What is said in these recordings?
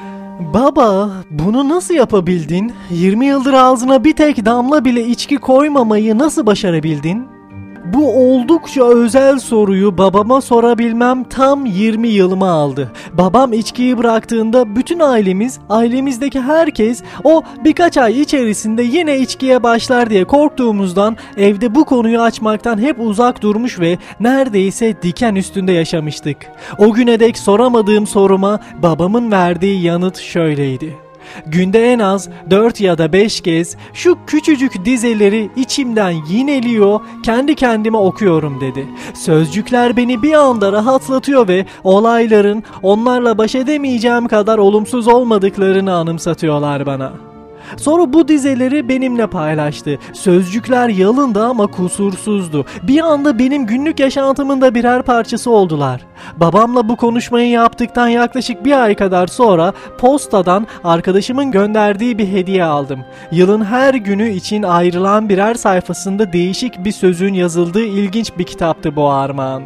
Baba, bunu nasıl yapabildin? 20 yıldır ağzına bir tek damla bile içki koymamayı nasıl başarabildin? Bu oldukça özel soruyu babama sorabilmem tam 20 yılımı aldı. Babam içkiyi bıraktığında bütün ailemizdeki herkes o birkaç ay içerisinde yine içkiye başlar diye korktuğumuzdan evde bu konuyu açmaktan hep uzak durmuş ve neredeyse diken üstünde yaşamıştık. O güne dek soramadığım soruma babamın verdiği yanıt şöyleydi. Günde en az 4 ya da 5 kez şu küçücük dizeleri içimden yineliyor, kendi kendime okuyorum dedi. Sözcükler beni bir anda rahatlatıyor ve olayların onlarla baş edemeyeceğim kadar olumsuz olmadıklarını anımsatıyorlar bana. Sonra bu dizeleri benimle paylaştı. Sözcükler yalındı ama kusursuzdu. Bir anda benim günlük yaşantımın da birer parçası oldular. Babamla bu konuşmayı yaptıktan yaklaşık bir ay kadar sonra postadan arkadaşımın gönderdiği bir hediye aldım. Yılın her günü için ayrılan birer sayfasında değişik bir sözün yazıldığı ilginç bir kitaptı bu armağan.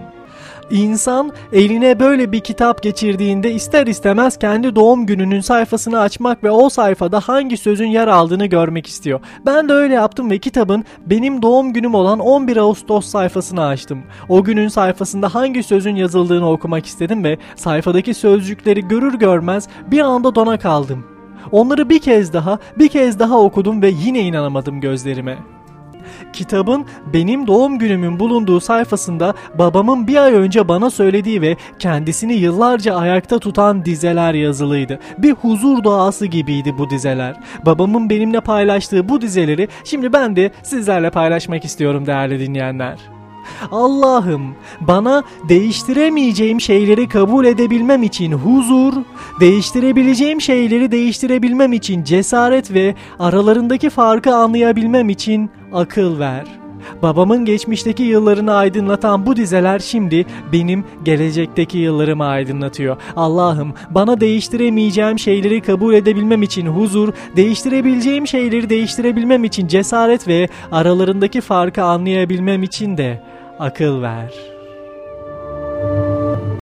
İnsan eline böyle bir kitap geçirdiğinde ister istemez kendi doğum gününün sayfasını açmak ve o sayfada hangi sözün yer aldığını görmek istiyor. Ben de öyle yaptım ve kitabın benim doğum günüm olan 11 Ağustos sayfasını açtım. O günün sayfasında hangi sözün yazıldığını okumak istedim ve sayfadaki sözcükleri görür görmez bir anda dona kaldım. Onları bir kez daha okudum ve yine inanamadım gözlerime. Kitabın benim doğum günümün bulunduğu sayfasında babamın bir ay önce bana söylediği ve kendisini yıllarca ayakta tutan dizeler yazılıydı. Bir huzur duası gibiydi bu dizeler. Babamın benimle paylaştığı bu dizeleri şimdi ben de sizlerle paylaşmak istiyorum değerli dinleyenler. Allah'ım, bana değiştiremeyeceğim şeyleri kabul edebilmem için huzur, değiştirebileceğim şeyleri değiştirebilmem için cesaret ve aralarındaki farkı anlayabilmem için akıl ver. Babamın geçmişteki yıllarını aydınlatan bu dizeler şimdi benim gelecekteki yıllarımı aydınlatıyor. Allah'ım, bana değiştiremeyeceğim şeyleri kabul edebilmem için huzur, değiştirebileceğim şeyleri değiştirebilmem için cesaret ve aralarındaki farkı anlayabilmem için de akıl ver.